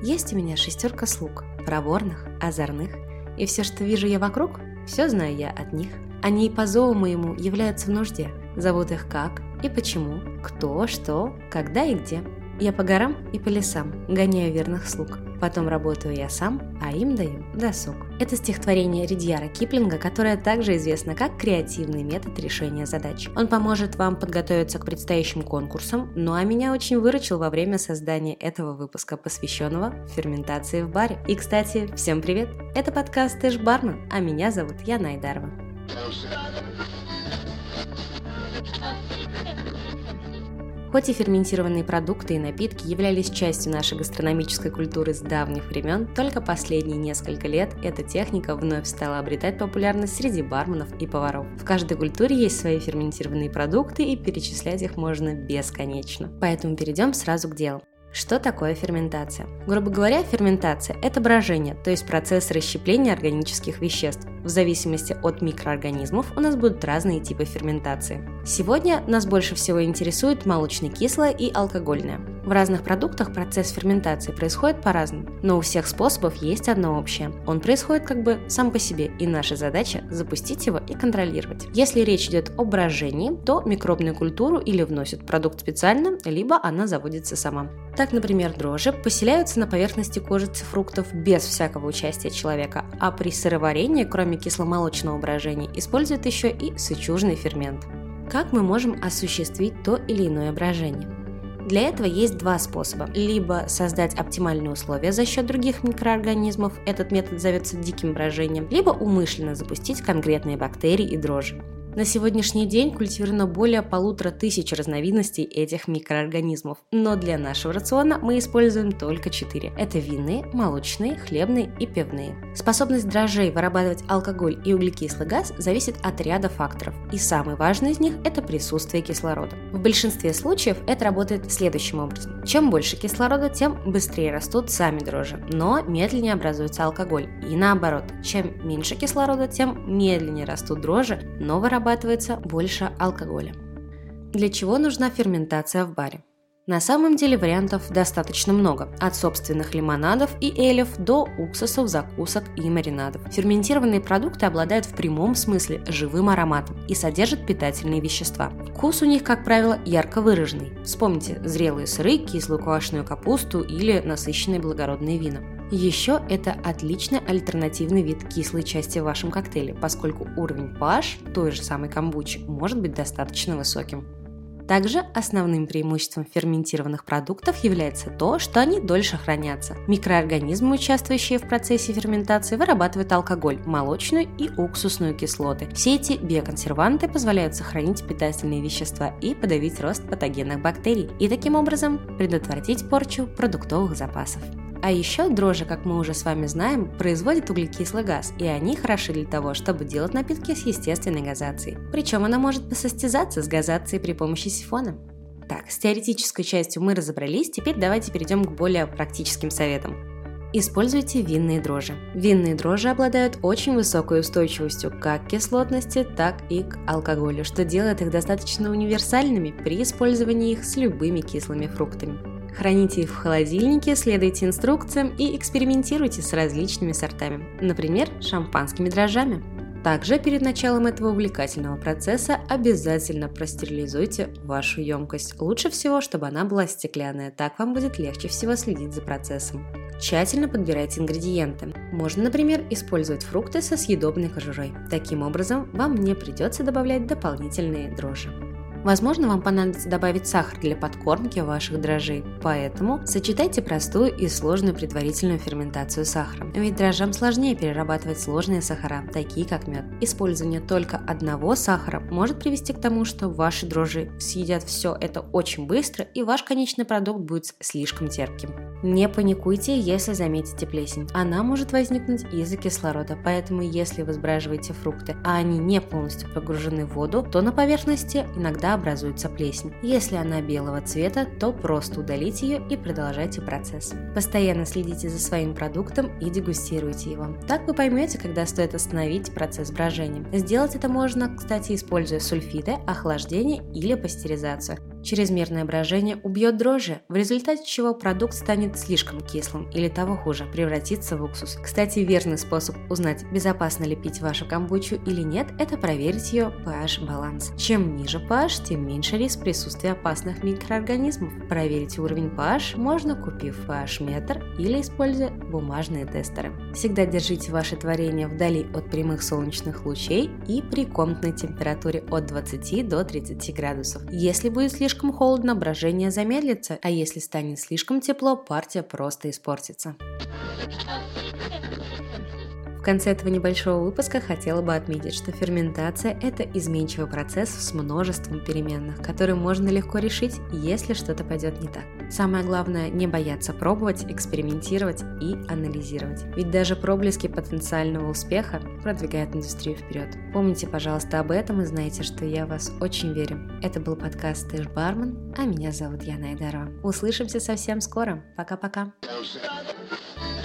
Есть у меня 6 слуг, проворных, озорных, и все, что вижу я вокруг, все знаю я от них. Они и по зову моему являются в нужде, зовут их как и почему, кто, что, когда и где. Я по горам и по лесам гоняю верных слуг, потом работаю я сам, а им даю досуг. Это стихотворение Ридьярда Киплинга, которое также известно как креативный метод решения задач. Он поможет вам подготовиться к предстоящим конкурсам, ну а меня очень выручил во время создания этого выпуска, посвященного ферментации в баре. И, кстати, всем привет! Это подкаст «Ты ж бармен», а меня зовут Яна Айдарова. Хоть и ферментированные продукты и напитки являлись частью нашей гастрономической культуры с давних времен, только последние несколько лет эта техника вновь стала обретать популярность среди барменов и поваров. В каждой культуре есть свои ферментированные продукты, и перечислять их можно бесконечно. Поэтому перейдем сразу к делу. Что такое ферментация? Грубо говоря, ферментация – это брожение, то есть процесс расщепления органических веществ. В зависимости от микроорганизмов у нас будут разные типы ферментации. Сегодня нас больше всего интересует молочно-кислое и алкогольное. В разных продуктах процесс ферментации происходит по-разному, но у всех способов есть одно общее. Он происходит как бы сам по себе, и наша задача – запустить его и контролировать. Если речь идет о брожении, то микробную культуру или вносят в продукт специально, либо она заводится сама. Так, например, дрожжи поселяются на поверхности кожицы фруктов без всякого участия человека, а при сыроварении, кроме кисломолочного брожения, используют еще и сычужный фермент. Как мы можем осуществить то или иное брожение? Для этого есть два способа. Либо создать оптимальные условия за счет других микроорганизмов, этот метод зовется диким брожением, либо умышленно запустить конкретные бактерии и дрожжи. На сегодняшний день культивировано более 1500 разновидностей этих микроорганизмов, но для нашего рациона мы используем только 4. Это винные, молочные, хлебные и пивные. Способность дрожжей вырабатывать алкоголь и углекислый газ зависит от ряда факторов, и самый важный из них – это присутствие кислорода. В большинстве случаев это работает следующим образом. Чем больше кислорода, тем быстрее растут сами дрожжи, но медленнее образуется алкоголь. И наоборот, чем меньше кислорода, тем медленнее растут дрожжи, но вырабатывается больше алкоголя. Для чего нужна ферментация в баре? На самом деле вариантов достаточно много, от собственных лимонадов и элев до уксусов, закусок и маринадов. Ферментированные продукты обладают в прямом смысле живым ароматом и содержат питательные вещества. Вкус у них, как правило, ярко выраженный. Вспомните зрелые сыры, кислую квашеную капусту или насыщенные благородные вина. Еще это отличный альтернативный вид кислой части в вашем коктейле, поскольку уровень pH той же самой камбучи может быть достаточно высоким. Также основным преимуществом ферментированных продуктов является то, что они дольше хранятся. Микроорганизмы, участвующие в процессе ферментации, вырабатывают алкоголь, молочную и уксусную кислоты. Все эти биоконсерванты позволяют сохранить питательные вещества и подавить рост патогенных бактерий, и таким образом предотвратить порчу продуктовых запасов. А еще дрожжи, как мы уже с вами знаем, производят углекислый газ, и они хороши для того, чтобы делать напитки с естественной газацией. Причем она может посостязаться с газацией при помощи сифона. Так, с теоретической частью мы разобрались, теперь давайте перейдем к более практическим советам. Используйте винные дрожжи. Винные дрожжи обладают очень высокой устойчивостью как к кислотности, так и к алкоголю, что делает их достаточно универсальными при использовании их с любыми кислыми фруктами. Храните их в холодильнике, следуйте инструкциям и экспериментируйте с различными сортами, например, шампанскими дрожжами. Также перед началом этого увлекательного процесса обязательно простерилизуйте вашу емкость. Лучше всего, чтобы она была стеклянная, так вам будет легче всего следить за процессом. Тщательно подбирайте ингредиенты. Можно, например, использовать фрукты со съедобной кожурой. Таким образом, вам не придется добавлять дополнительные дрожжи. Возможно, вам понадобится добавить сахар для подкормки ваших дрожжей, поэтому сочетайте простую и сложную предварительную ферментацию сахара. Ведь дрожжам сложнее перерабатывать сложные сахара, такие как мед. Использование только одного сахара может привести к тому, что ваши дрожжи съедят все это очень быстро, и ваш конечный продукт будет слишком терпким. Не паникуйте, если заметите плесень. Она может возникнуть из-за кислорода, поэтому если вы сбраживаете фрукты, а они не полностью погружены в воду, то на поверхности иногда образуется плесень. Если она белого цвета, то просто удалите ее и продолжайте процесс. Постоянно следите за своим продуктом и дегустируйте его. Так вы поймете, когда стоит остановить процесс брожения. Сделать это можно, кстати, используя сульфиты, охлаждение или пастеризацию. Чрезмерное брожение убьет дрожжи, в результате чего продукт станет слишком кислым или того хуже, превратится в уксус. Кстати, верный способ узнать, безопасно ли пить вашу камбучу или нет, это проверить ее pH-баланс. Чем ниже pH, тем меньше риск присутствия опасных микроорганизмов. Проверить уровень pH можно, купив pH-метр или используя бумажные тестеры. Всегда держите ваше творение вдали от прямых солнечных лучей и при комнатной температуре от 20 до 30 градусов. Если будет слишком холодно, брожение замедлится, а если станет слишком тепло, партия просто испортится. В конце этого небольшого выпуска хотела бы отметить, что ферментация – это изменчивый процесс с множеством переменных, которые можно легко решить, если что-то пойдет не так. Самое главное – не бояться пробовать, экспериментировать и анализировать. Ведь даже проблески потенциального успеха продвигают индустрию вперед. Помните, пожалуйста, об этом и знайте, что я в вас очень верю. Это был подкаст «Ты ж бармен», а меня зовут Яна Айдарова. Услышимся совсем скоро. Пока-пока.